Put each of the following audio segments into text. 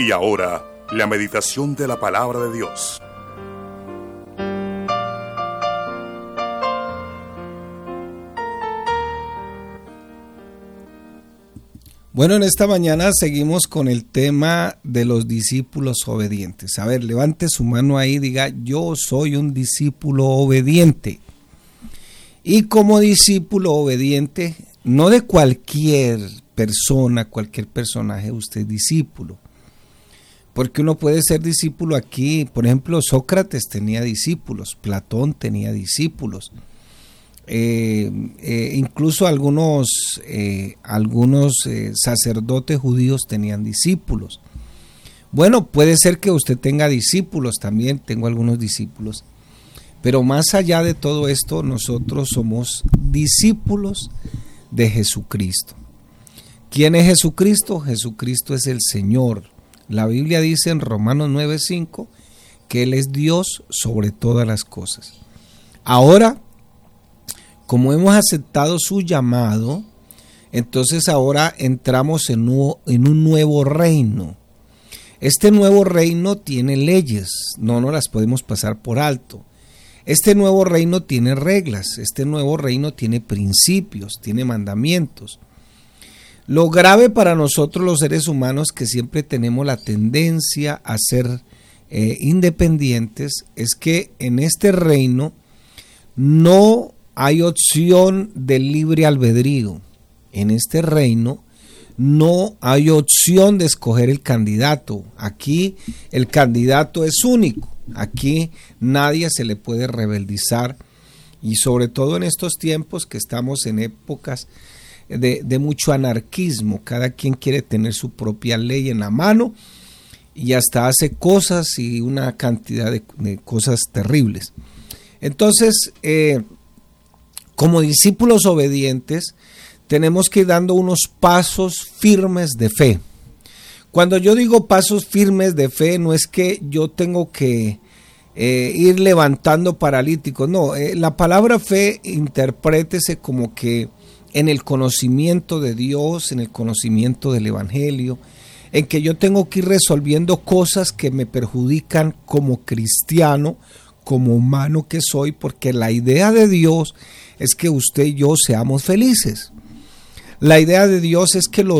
Y ahora, la meditación de la palabra de Dios. Bueno, en esta mañana seguimos con el tema de los discípulos obedientes. A ver, levante su mano ahí, diga, yo soy un discípulo obediente. Y como discípulo obediente, no de cualquier persona, cualquier personaje, usted es discípulo. Porque uno puede ser discípulo aquí, por ejemplo, Sócrates tenía discípulos, Platón tenía discípulos. Incluso algunos sacerdotes judíos tenían discípulos. Bueno, puede ser que usted tenga discípulos, también tengo algunos discípulos, pero más allá de todo esto, nosotros somos discípulos de Jesucristo. ¿Quién es Jesucristo? Jesucristo es el Señor. La Biblia dice en Romanos 9:5 que Él es Dios sobre todas las cosas. Ahora, como hemos aceptado su llamado, entonces ahora entramos en un nuevo reino. Este nuevo reino tiene leyes, no nos las podemos pasar por alto. Este nuevo reino tiene reglas, este nuevo reino tiene principios, tiene mandamientos. Lo grave para nosotros los seres humanos, que siempre tenemos la tendencia a ser independientes, es que en este reino no hay opción de libre albedrío. En este reino no hay opción de escoger el candidato. Aquí el candidato es único. Aquí nadie se le puede rebeldizar. Y sobre todo en estos tiempos que estamos en épocas de mucho anarquismo. Cada quien quiere tener su propia ley en la mano y hasta hace cosas y una cantidad de cosas terribles. Entonces, como discípulos obedientes, tenemos que ir dando unos pasos firmes de fe. Cuando yo digo pasos firmes de fe, no es que yo tengo que ir levantando paralíticos. No, la palabra fe interprétese como que en el conocimiento de Dios, en el conocimiento del Evangelio, en que yo tengo que ir resolviendo cosas que me perjudican como cristiano, como humano que soy, porque la idea de Dios es que usted y yo seamos felices. La idea de Dios es que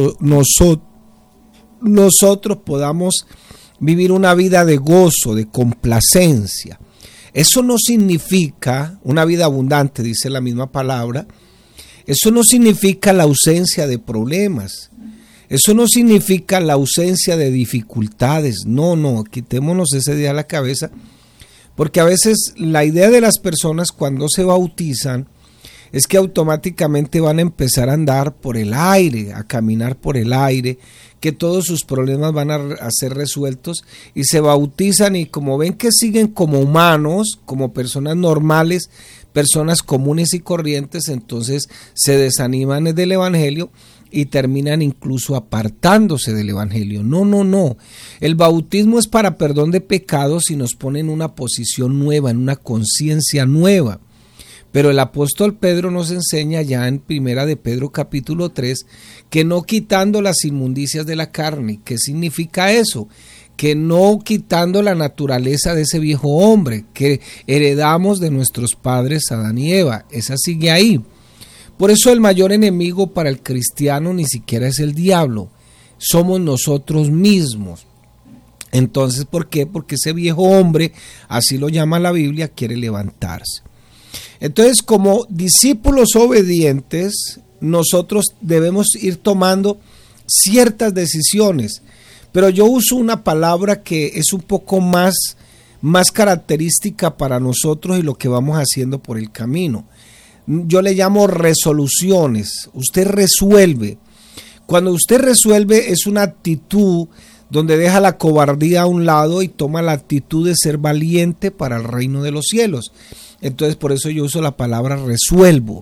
nosotros podamos vivir una vida de gozo, de complacencia. Eso no significa una vida abundante, dice la misma palabra. Eso no significa la ausencia de problemas. Eso no significa la ausencia de dificultades. No, quitémonos ese día de la cabeza. Porque a veces la idea de las personas cuando se bautizan es que automáticamente van a empezar a andar por el aire, a caminar por el aire, que todos sus problemas van a ser resueltos y se bautizan y como ven que siguen como humanos, como personas normales, personas comunes y corrientes, entonces se desaniman del Evangelio y terminan incluso apartándose del Evangelio. No. El bautismo es para perdón de pecados y nos pone en una posición nueva, en una conciencia nueva. Pero el apóstol Pedro nos enseña ya en Primera de Pedro capítulo 3 que no quitando las inmundicias de la carne. ¿Qué significa eso? Que no quitando la naturaleza de ese viejo hombre que heredamos de nuestros padres Adán y Eva. Esa sigue ahí. Por eso el mayor enemigo para el cristiano ni siquiera es el diablo, somos nosotros mismos. Entonces, ¿por qué? Porque ese viejo hombre, así lo llama la Biblia, quiere levantarse. Entonces, como discípulos obedientes, nosotros debemos ir tomando ciertas decisiones, pero yo uso una palabra que es un poco más característica para nosotros y lo que vamos haciendo por el camino. Yo le llamo resoluciones. Usted resuelve. Cuando usted resuelve es una actitud donde deja la cobardía a un lado y toma la actitud de ser valiente para el reino de los cielos. Entonces por eso yo uso la palabra resuelvo.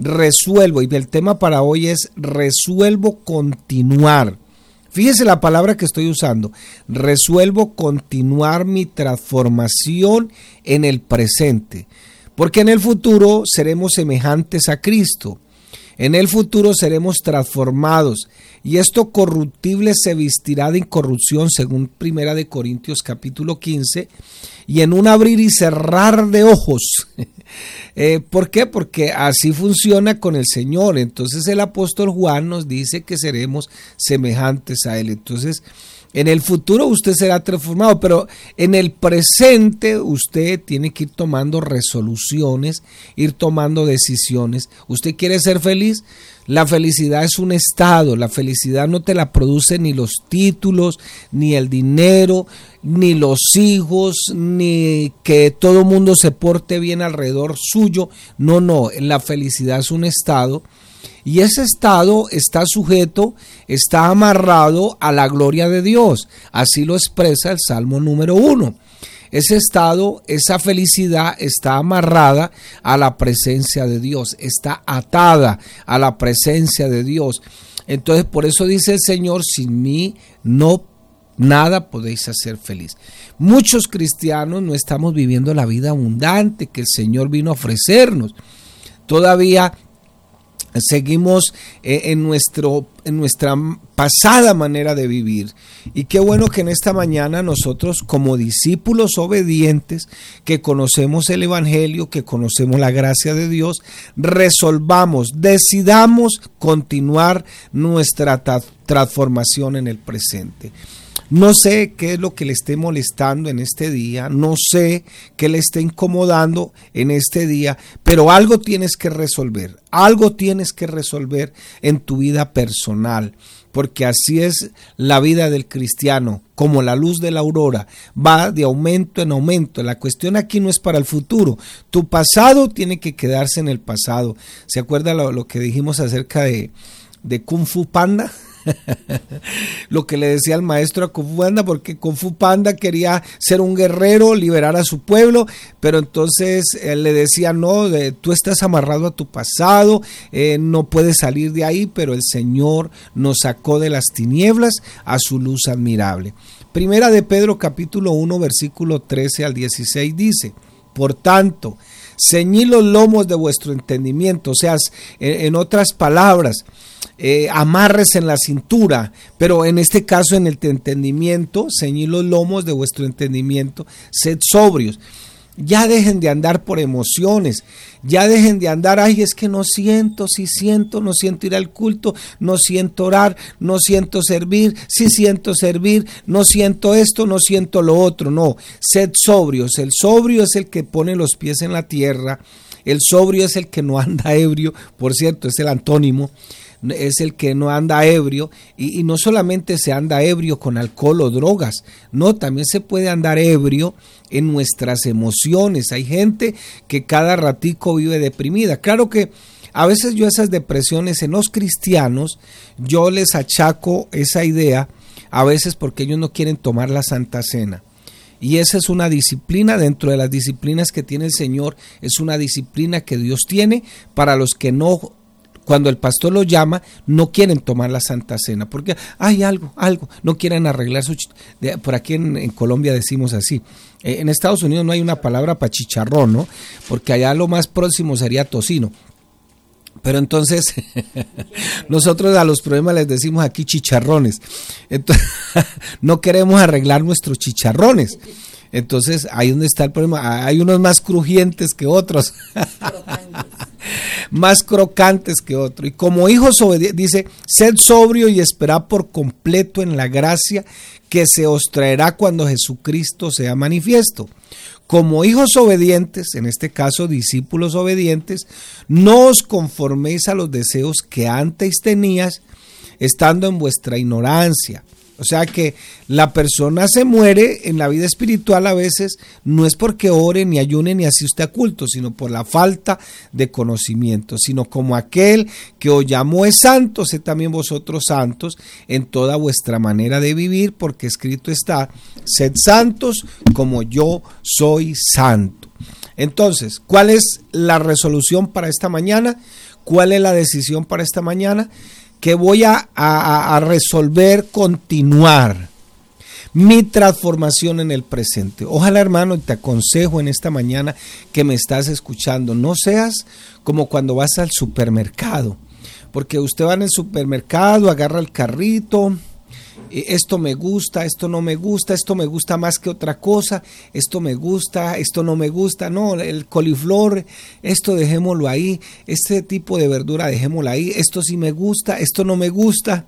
Y el tema para hoy es resuelvo continuar. Fíjese la palabra que estoy usando. Resuelvo continuar mi transformación en el presente. Porque en el futuro seremos semejantes a Cristo. En el futuro seremos transformados y esto corruptible se vestirá de incorrupción, según 1 de Corintios capítulo 15, y en un abrir y cerrar de ojos. ¿Por qué? Porque así funciona con el Señor. Entonces el apóstol Juan nos dice que seremos semejantes a Él. Entonces, en el futuro usted será transformado, pero en el presente usted tiene que ir tomando resoluciones, ir tomando decisiones. ¿Usted quiere ser feliz? La felicidad es un estado, la felicidad no te la produce ni los títulos, ni el dinero, ni los hijos, ni que todo mundo se porte bien alrededor suyo. No, la felicidad es un estado. Y ese estado está sujeto, está amarrado a la gloria de Dios. Así lo expresa el Salmo número 1. Ese estado, esa felicidad está amarrada a la presencia de Dios, está atada a la presencia de Dios. Entonces, por eso dice el Señor, sin mí nada podéis hacer feliz. Muchos cristianos no estamos viviendo la vida abundante que el Señor vino a ofrecernos. Todavía seguimos en nuestra pasada manera de vivir. Y qué bueno que en esta mañana nosotros, como discípulos obedientes, que conocemos el Evangelio, que conocemos la gracia de Dios, decidamos continuar nuestra transformación en el presente. No sé qué es lo que le esté molestando en este día, no sé qué le esté incomodando en este día, pero algo tienes que resolver en tu vida personal, porque así es la vida del cristiano, como la luz de la aurora, va de aumento en aumento. La cuestión aquí no es para el futuro, tu pasado tiene que quedarse en el pasado. ¿Se acuerda lo que dijimos acerca de Kung Fu Panda? Lo que le decía el maestro a Kung Fu Panda, porque Kung Fu Panda quería ser un guerrero, liberar a su pueblo, pero entonces él le decía, no, tú estás amarrado a tu pasado, no puedes salir de ahí, pero el Señor nos sacó de las tinieblas a su luz admirable. Primera de Pedro capítulo 1 versículo 13 al 16 dice, por tanto, ceñid los lomos de vuestro entendimiento, o sea, en otras palabras, amarres en la cintura, pero en este caso en el entendimiento, ceñid los lomos de vuestro entendimiento, sed sobrios. Ya dejen de andar por emociones, ya dejen de andar, ay, es que no siento ir al culto, no siento orar, no siento servir, sí siento servir, no siento esto, no siento lo otro. No, sed sobrios. El sobrio es el que pone los pies en la tierra, el sobrio es el que no anda ebrio, por cierto, es el antónimo. Es el que no anda ebrio, y no solamente se anda ebrio con alcohol o drogas, no, también se puede andar ebrio en nuestras emociones. Hay gente que cada ratico vive deprimida. Claro que a veces yo esas depresiones en los cristianos, yo les achaco esa idea, a veces porque ellos no quieren tomar la Santa Cena. Y esa es una disciplina dentro de las disciplinas que tiene el Señor, es una disciplina que Dios tiene para los que no, cuando el pastor los llama, no quieren tomar la Santa Cena, porque hay algo, no quieren arreglar su... Por aquí en Colombia decimos así, en Estados Unidos no hay una palabra para chicharrón, ¿no? Porque allá lo más próximo sería tocino. Pero entonces, nosotros a los problemas les decimos aquí chicharrones. Entonces, no queremos arreglar nuestros chicharrones. Entonces, ahí donde está el problema. Hay unos más crujientes que otros. Más crocantes que otros. Y como hijos obedientes, dice, sed sobrio y esperad por completo en la gracia que se os traerá cuando Jesucristo sea manifiesto. Como hijos obedientes, en este caso discípulos obedientes, no os conforméis a los deseos que antes tenías, estando en vuestra ignorancia. O sea que la persona se muere en la vida espiritual a veces, no es porque ore, ni ayune, ni asista a culto, sino por la falta de conocimiento, sino como aquel que os llamó es santo, sed también vosotros santos en toda vuestra manera de vivir, porque escrito está, sed santos como yo soy santo. Entonces, ¿cuál es la resolución para esta mañana? ¿Cuál es la decisión para esta mañana? Que voy a resolver, continuar mi transformación en el presente. Ojalá, hermano, te aconsejo en esta mañana que me estás escuchando, no seas como cuando vas al supermercado porque usted va en el supermercado, agarra el carrito, esto me gusta, esto no me gusta, esto me gusta más que otra cosa, esto me gusta, esto no me gusta, no, el coliflor, esto dejémoslo ahí, este tipo de verdura dejémoslo ahí, esto sí me gusta, esto no me gusta.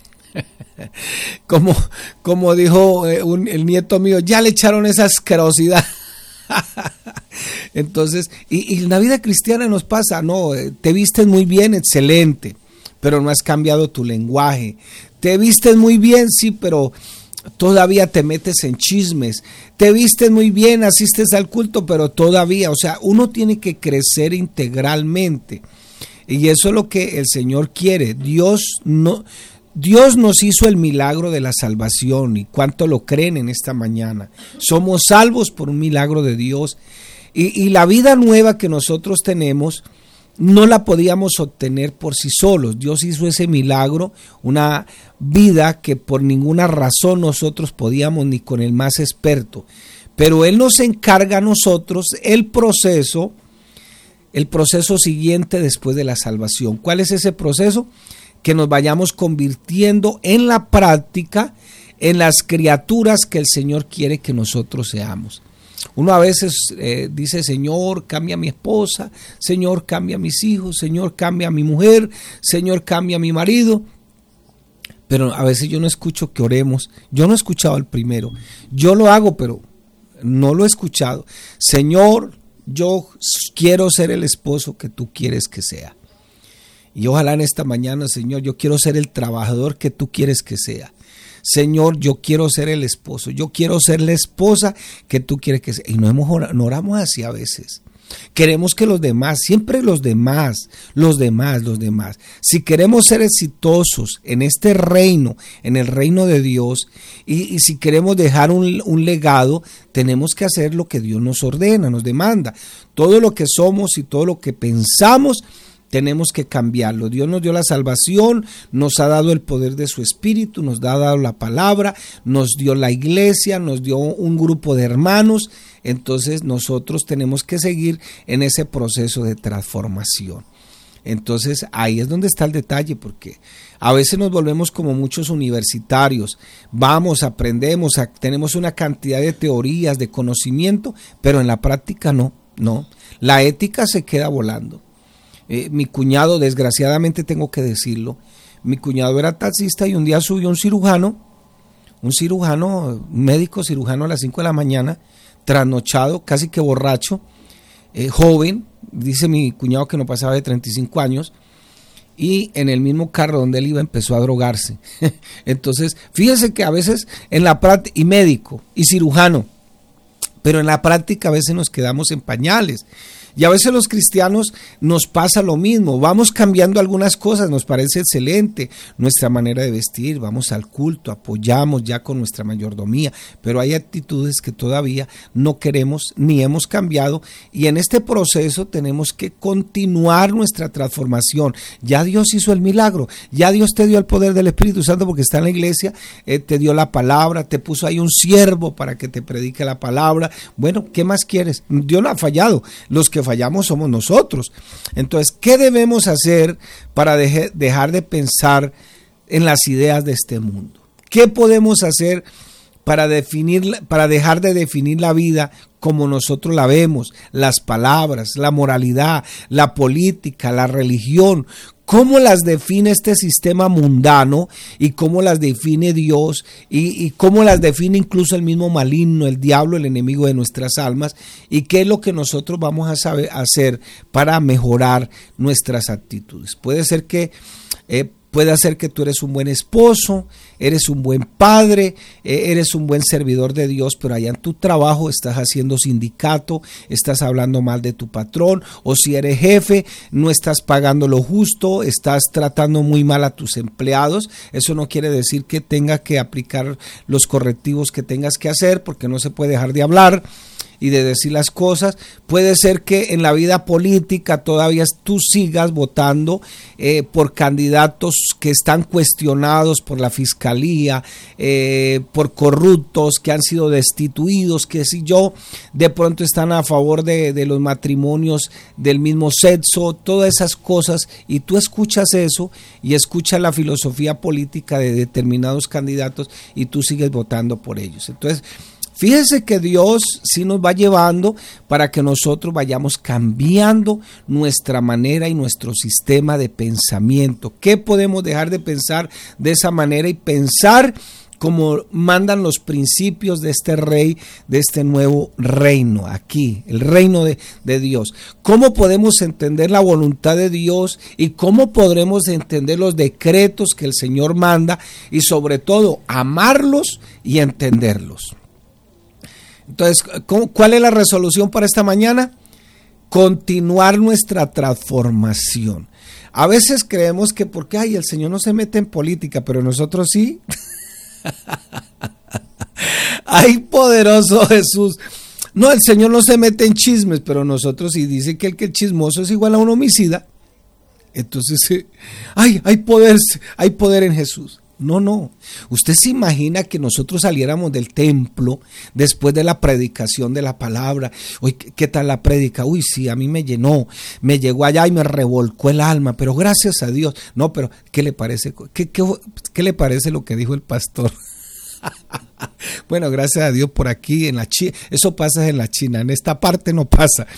Como dijo el nieto mío, ya le echaron esa asquerosidad. Entonces, y en la vida cristiana nos pasa, no, te vistes muy bien, excelente, pero no has cambiado tu lenguaje. Te vistes muy bien, sí, pero todavía te metes en chismes. Te vistes muy bien, asistes al culto, pero todavía, o sea, uno tiene que crecer integralmente. Y eso es lo que el Señor quiere. Dios nos hizo el milagro de la salvación. ¿Y cuánto lo creen en esta mañana? Somos salvos por un milagro de Dios. Y la vida nueva que nosotros tenemos no la podíamos obtener por sí solos. Dios hizo ese milagro, una vida que por ninguna razón nosotros podíamos ni con el más experto. Pero Él nos encarga a nosotros el proceso siguiente después de la salvación. ¿Cuál es ese proceso? Que nos vayamos convirtiendo en la práctica en las criaturas que el Señor quiere que nosotros seamos. Uno a veces dice, Señor, cambia a mi esposa, Señor, cambia a mis hijos, Señor, cambia a mi mujer, Señor, cambia a mi marido. Pero a veces yo no escucho que oremos. Yo no he escuchado al primero. Yo lo hago, pero no lo he escuchado. Señor, yo quiero ser el esposo que tú quieres que sea. Y ojalá en esta mañana, Señor, yo quiero ser el trabajador que tú quieres que sea. Señor, yo quiero ser el esposo, yo quiero ser la esposa que tú quieres que sea. Y no oramos así a veces. Queremos que los demás, siempre los demás. Si queremos ser exitosos en este reino, en el reino de Dios, y si queremos dejar un legado, tenemos que hacer lo que Dios nos ordena, nos demanda. Todo lo que somos y todo lo que pensamos, tenemos que cambiarlo. Dios nos dio la salvación, nos ha dado el poder de su Espíritu, nos ha dado la palabra, nos dio la iglesia, nos dio un grupo de hermanos. Entonces nosotros tenemos que seguir en ese proceso de transformación. Entonces ahí es donde está el detalle, porque a veces nos volvemos como muchos universitarios, vamos, aprendemos, tenemos una cantidad de teorías, de conocimiento, pero en la práctica no, la ética se queda volando. Mi cuñado, desgraciadamente tengo que decirlo, mi cuñado era taxista y un día subió un médico cirujano a las 5 de la mañana, trasnochado, casi que borracho, joven, dice mi cuñado que no pasaba de 35 años, y en el mismo carro donde él iba empezó a drogarse. Entonces, fíjense que a veces en la práctica, y médico, y cirujano, pero en la práctica a veces nos quedamos en pañales. Y a veces los cristianos nos pasa lo mismo, vamos cambiando algunas cosas, nos parece excelente nuestra manera de vestir, vamos al culto, apoyamos ya con nuestra mayordomía, pero hay actitudes que todavía no queremos ni hemos cambiado, y en este proceso tenemos que continuar nuestra transformación. Ya Dios hizo el milagro, ya Dios te dio el poder del Espíritu Santo porque está en la iglesia, te dio la palabra, te puso ahí un siervo para que te predique la palabra. Bueno, ¿qué más quieres? Dios no ha fallado, los que fallamos somos nosotros. Entonces, ¿qué debemos hacer para dejar de pensar en las ideas de este mundo? ¿Qué podemos hacer para dejar de definir la vida como nosotros la vemos? Las palabras, la moralidad, la política, la religión, ¿cómo las define este sistema mundano y cómo las define Dios y cómo las define incluso el mismo maligno, el diablo, el enemigo de nuestras almas? ¿Y qué es lo que nosotros vamos a hacer para mejorar nuestras actitudes? Puede ser que tú eres un buen esposo, eres un buen padre, eres un buen servidor de Dios, pero allá en tu trabajo estás haciendo sindicato, estás hablando mal de tu patrón, o si eres jefe, no estás pagando lo justo, estás tratando muy mal a tus empleados. Eso no quiere decir que tengas que aplicar los correctivos que tengas que hacer, porque no se puede dejar de hablar. y de decir las cosas. Puede ser que en la vida política todavía tú sigas votando por candidatos que están cuestionados por la fiscalía, por corruptos que han sido destituidos, que si yo de pronto están a favor de los matrimonios del mismo sexo, todas esas cosas, y tú escuchas eso y escuchas la filosofía política de determinados candidatos y tú sigues votando por ellos. Entonces, fíjese que Dios sí nos va llevando para que nosotros vayamos cambiando nuestra manera y nuestro sistema de pensamiento. ¿Qué podemos dejar de pensar de esa manera y pensar como mandan los principios de este rey, de este nuevo reino aquí, el reino de Dios? ¿Cómo podemos entender la voluntad de Dios y cómo podremos entender los decretos que el Señor manda y sobre todo amarlos y entenderlos? Entonces, ¿cuál es la resolución para esta mañana? Continuar nuestra transformación. A veces creemos que porque el Señor no se mete en política, pero nosotros sí. ¡Ay, poderoso Jesús! No, el Señor no se mete en chismes, pero nosotros sí. Dice que el chismoso es igual a un homicida. Entonces, hay poder en Jesús. No. Usted se imagina que nosotros saliéramos del templo después de la predicación de la palabra. Uy, ¿qué tal la prédica? Uy, sí, a mí me llegó allá y me revolcó el alma, pero gracias a Dios. No, pero ¿qué le parece? ¿Qué le parece lo que dijo el pastor? Bueno, gracias a Dios por aquí en la China, eso pasa en la China, en esta parte no pasa.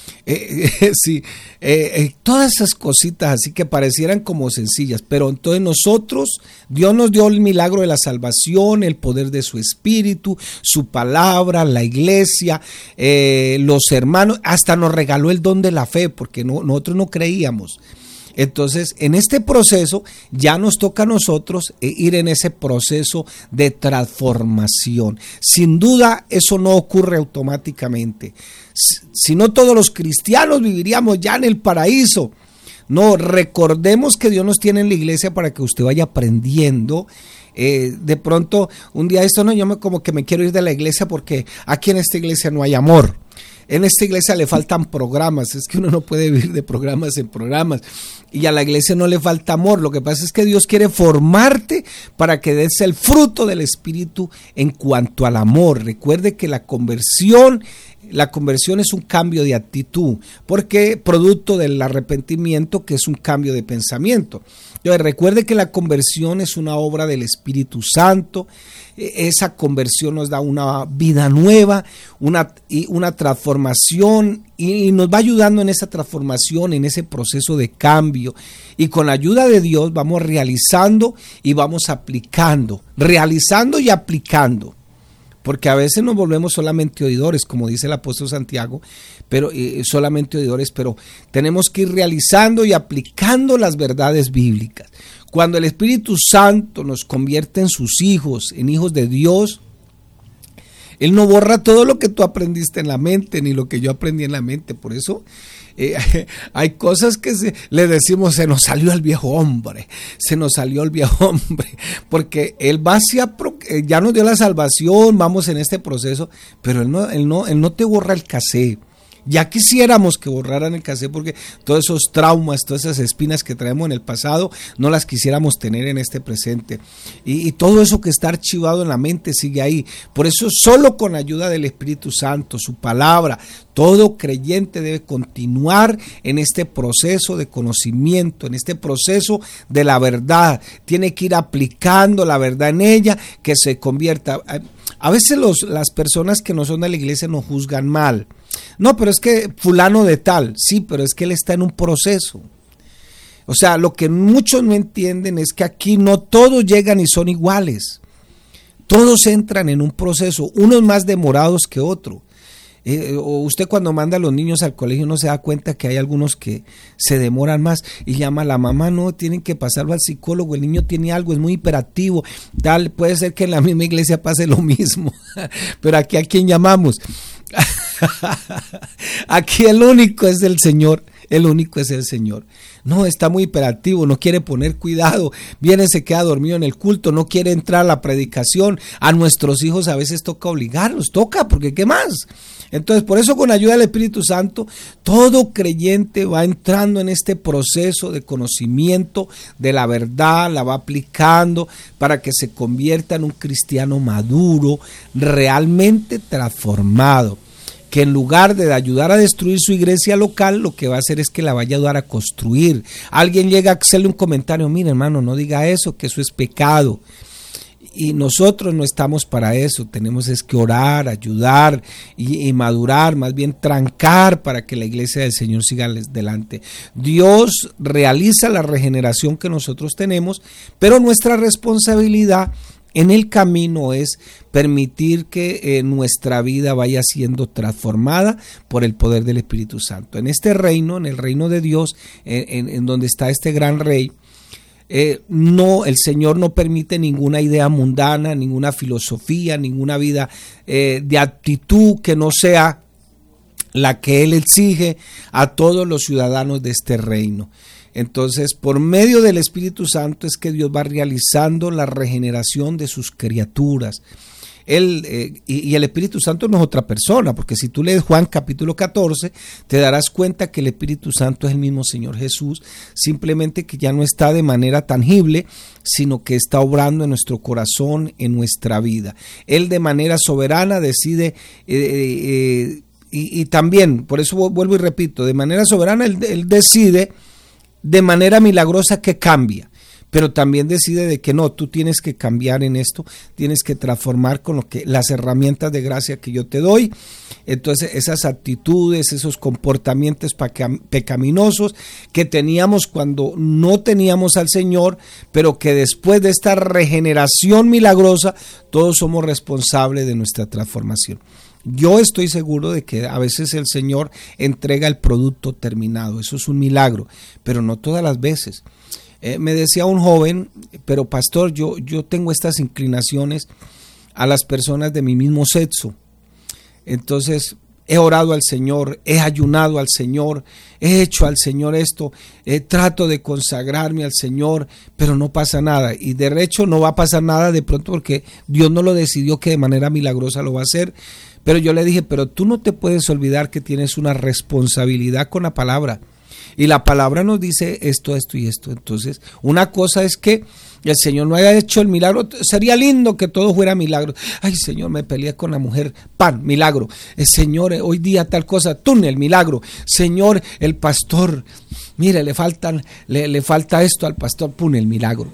Todas esas cositas así que parecieran como sencillas, pero entonces Dios nos dio el milagro de la salvación, el poder de su espíritu, su palabra, la iglesia, los hermanos, hasta nos regaló el don de la fe, porque nosotros no creíamos. Entonces, en este proceso ya nos toca a nosotros ir en ese proceso de transformación. Sin duda, eso no ocurre automáticamente. Si no, todos los cristianos viviríamos ya en el paraíso. No, recordemos que Dios nos tiene en la iglesia para que usted vaya aprendiendo. De pronto, un día yo como que me quiero ir de la iglesia porque aquí en esta iglesia no hay amor. En esta iglesia le faltan programas, es que uno no puede vivir de programas en programas, y a la iglesia no le falta amor. Lo que pasa es que Dios quiere formarte para que des el fruto del Espíritu en cuanto al amor. Recuerde que la conversión es un cambio de actitud, porque producto del arrepentimiento, que es un cambio de pensamiento. Entonces, recuerde que la conversión es una obra del Espíritu Santo. Esa conversión nos da una vida nueva, una transformación, y nos va ayudando en esa transformación, en ese proceso de cambio. Y con la ayuda de Dios vamos realizando y vamos aplicando, realizando y aplicando. Porque a veces nos volvemos solamente oidores, como dice el apóstol Santiago, pero solamente oidores, pero tenemos que ir realizando y aplicando las verdades bíblicas. Cuando el Espíritu Santo nos convierte en sus hijos, en hijos de Dios, Él no borra todo lo que tú aprendiste en la mente, ni lo que yo aprendí en la mente. Por eso hay cosas que le decimos, se nos salió el viejo hombre, porque Él va ya nos dio la salvación, vamos en este proceso, pero Él no te borra el cassette. Ya quisiéramos que borraran el cassette, porque todos esos traumas, todas esas espinas que traemos en el pasado, no las quisiéramos tener en este presente. Y todo eso que está archivado en la mente sigue ahí. Por eso, solo con la ayuda del Espíritu Santo, su palabra, todo creyente debe continuar en este proceso de conocimiento, en este proceso de la verdad. Tiene que ir aplicando la verdad en ella, que se convierta. A veces las personas que no son de la iglesia nos juzgan mal. No, pero es que fulano de tal, sí, pero es que él está en un proceso. O sea, lo que muchos no entienden es que aquí no todos llegan y son iguales. Todos entran en un proceso, unos más demorados que otros. Usted cuando manda a los niños al colegio no se da cuenta que hay algunos que se demoran más y llama a la mamá, no, tienen que pasarlo al psicólogo, el niño tiene algo, es muy hiperactivo, tal. Puede ser que en la misma iglesia pase lo mismo, pero aquí ¿a quién llamamos? Aquí el único es el Señor El único es el Señor. No, está muy hiperactivo, no quiere poner cuidado, viene, se queda dormido en el culto, no quiere entrar a la predicación. A nuestros hijos a veces toca obligarlos, porque ¿qué más? Entonces, por eso, con ayuda del Espíritu Santo, todo creyente va entrando en este proceso de conocimiento de la verdad, la va aplicando para que se convierta en un cristiano maduro, realmente transformado, que en lugar de ayudar a destruir su iglesia local, lo que va a hacer es que la vaya a ayudar a construir. Alguien llega a hacerle un comentario: mire, hermano, no diga eso, que eso es pecado. Y nosotros no estamos para eso, tenemos es que orar, ayudar y madurar, más bien trancar para que la iglesia del Señor siga adelante. Dios realiza la regeneración que nosotros tenemos, pero nuestra responsabilidad en el camino es permitir que nuestra vida vaya siendo transformada por el poder del Espíritu Santo. En este reino, en el reino de Dios, en donde está este gran rey, no, el Señor no permite ninguna idea mundana, ninguna filosofía, ninguna vida de actitud que no sea la que Él exige a todos los ciudadanos de este reino. Entonces, por medio del Espíritu Santo es que Dios va realizando la regeneración de sus criaturas. Y el Espíritu Santo no es otra persona, porque si tú lees Juan capítulo 14, te darás cuenta que el Espíritu Santo es el mismo Señor Jesús, simplemente que ya no está de manera tangible, sino que está obrando en nuestro corazón, en nuestra vida. Él de manera soberana decide, y también, por eso vuelvo y repito, de manera soberana él decide de manera milagrosa que cambia, pero también decide de que no, tú tienes que cambiar en esto, tienes que transformar con las herramientas de gracia que yo te doy. Entonces esas actitudes, esos comportamientos pecaminosos que teníamos cuando no teníamos al Señor, pero que después de esta regeneración milagrosa, todos somos responsables de nuestra transformación. Yo estoy seguro de que a veces el Señor entrega el producto terminado, eso es un milagro, pero no todas las veces. Me decía un joven: pero pastor, yo tengo estas inclinaciones a las personas de mi mismo sexo. Entonces he orado al Señor, he ayunado al Señor, he hecho al Señor esto, trato de consagrarme al Señor, pero no pasa nada. Y de hecho no va a pasar nada de pronto, porque Dios no lo decidió que de manera milagrosa lo va a hacer. Pero yo le dije: pero tú no te puedes olvidar que tienes una responsabilidad con la palabra. Y la palabra nos dice esto, esto y esto. Entonces, una cosa es que el Señor no haya hecho el milagro. Sería lindo que todo fuera milagro. Ay, Señor, me peleé con la mujer, pan, milagro. Señor, hoy día tal cosa, túnel, milagro. Señor, el pastor, mire, le falta esto al pastor, pum, el milagro.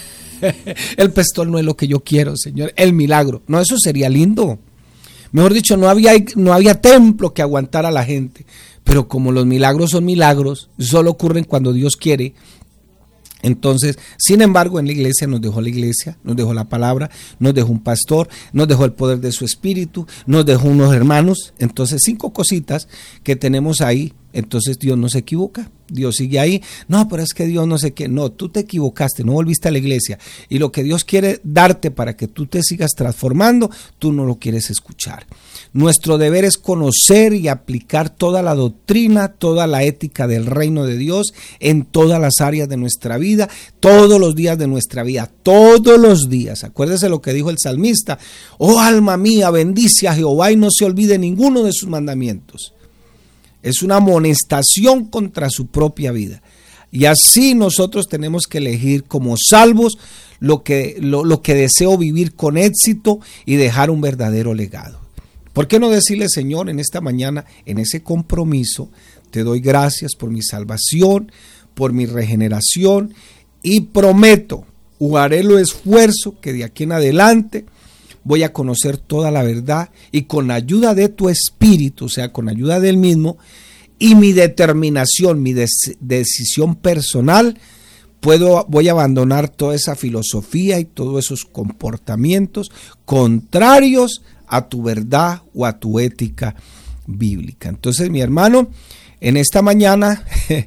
El pastor no es lo que yo quiero, Señor, el milagro. No, eso sería lindo. Mejor dicho, no había templo que aguantara a la gente. Pero como los milagros son milagros, solo ocurren cuando Dios quiere. Entonces, sin embargo, en la iglesia, nos dejó la palabra, nos dejó un pastor, nos dejó el poder de su espíritu, nos dejó unos hermanos. Entonces, 5 cositas que tenemos ahí. Entonces Dios no se equivoca, Dios sigue ahí. No, pero es que Dios no sé qué. No, tú te equivocaste, no volviste a la iglesia. Y lo que Dios quiere darte para que tú te sigas transformando, tú no lo quieres escuchar. Nuestro deber es conocer y aplicar toda la doctrina, toda la ética del reino de Dios en todas las áreas de nuestra vida, todos los días de nuestra vida, todos los días. Acuérdese lo que dijo el salmista: oh alma mía, bendice a Jehová y no se olvide ninguno de sus mandamientos. Es una amonestación contra su propia vida. Y así nosotros tenemos que elegir como salvos lo que deseo vivir con éxito y dejar un verdadero legado. ¿Por qué no decirle: Señor, en esta mañana, en ese compromiso, te doy gracias por mi salvación, por mi regeneración, y prometo, haré el esfuerzo que de aquí en adelante voy a conocer toda la verdad, y con la ayuda de tu espíritu, o sea, con la ayuda del mismo, y mi determinación, mi decisión personal, voy a abandonar toda esa filosofía y todos esos comportamientos contrarios a tu verdad o a tu ética bíblica. Entonces, mi hermano, en esta mañana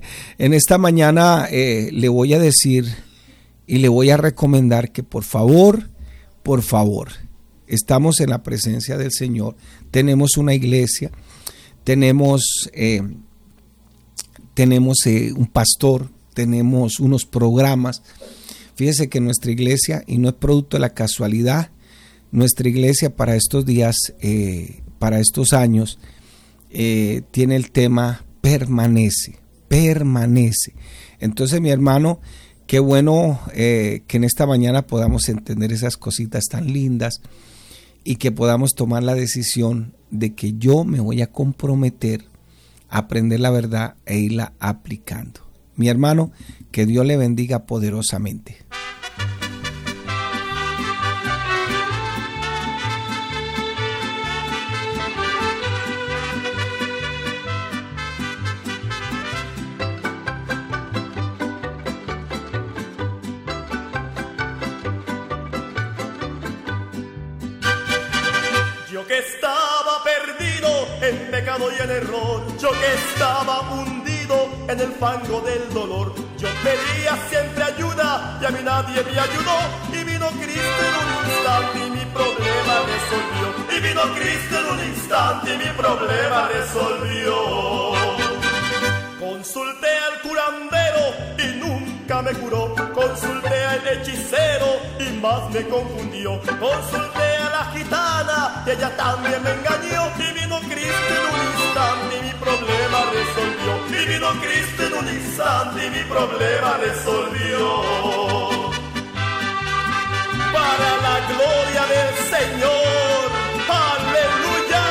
le voy a decir y le voy a recomendar que por favor, estamos en la presencia del Señor, tenemos una iglesia, tenemos tenemos un pastor, tenemos unos programas. Fíjese que nuestra iglesia, y no es producto de la casualidad, nuestra iglesia para estos días, para estos años, tiene el tema permanece. Entonces, mi hermano, qué bueno que en esta mañana podamos entender esas cositas tan lindas y que podamos tomar la decisión de que yo me voy a comprometer a aprender la verdad e irla aplicando. Mi hermano, que Dios le bendiga poderosamente. Yo que estaba perdido en pecado y en error, yo que estaba hundido en el fango del dolor, yo pedía siempre ayuda y a mí nadie me ayudó, y vino Cristo en un instante y mi problema resolvió, y vino Cristo en un instante y mi problema resolvió. Consulté al curandero y nunca me curó, consulté al hechicero y más me confundió, consulté a la gitana y ella también me engañó, y vino Cristo en un instante y mi problema resolvió, y vino Cristo en un instante y mi problema resolvió. Para la gloria del Señor, aleluya.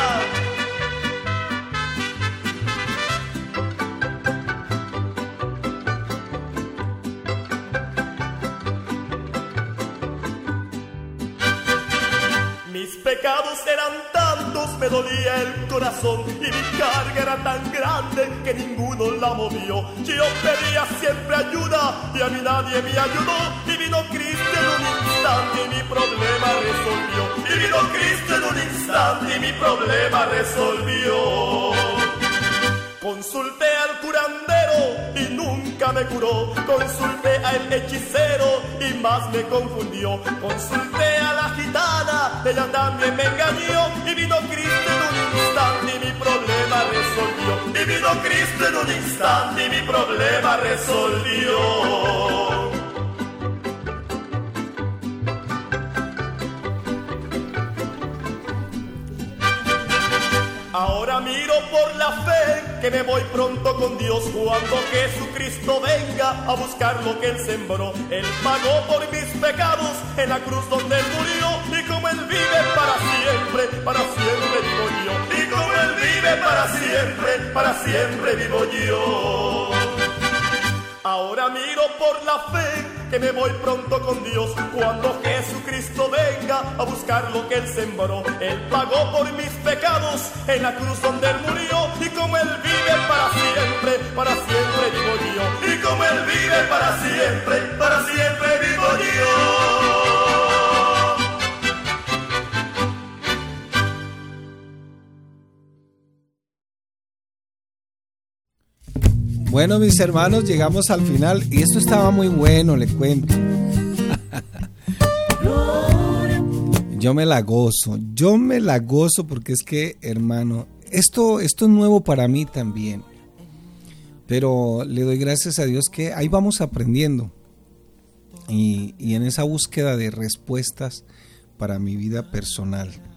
Mis pecados eran tantos, me dolía el corazón, y mi carga era tan grande que ninguno la movió. Yo pedía siempre ayuda y a mí nadie me ayudó, y vino Cristo en un instante y mi problema resolvió, y vino Cristo en un instante y mi problema resolvió. Consulté al curandero y nunca me curó, consulté al hechicero y más me confundió, consulté a la gitana, ella también me engañó, y vino Cristo en un instante y mi problema resolvió, y vino Cristo en un instante y mi problema resolvió. Ahora miro por la fe que me voy pronto con Dios, cuando Jesucristo venga a buscar lo que Él sembró. Él pagó por mis pecados en la cruz donde Él murió, y como Él vive para siempre vivo yo. Y como Él vive para siempre vivo yo. Ahora miro por la fe que me voy pronto con Dios, cuando Jesucristo venga a buscar lo que Él sembró. Él pagó por mis pecados en la cruz donde Él murió, y como Él vive para siempre vivo yo. Y como Él vive para siempre vivo yo. Bueno, mis hermanos, llegamos al final y esto estaba muy bueno, le cuento. Yo me la gozo porque es que, hermano, esto es nuevo para mí también. Pero le doy gracias a Dios que ahí vamos aprendiendo. Y en esa búsqueda de respuestas para mi vida personal.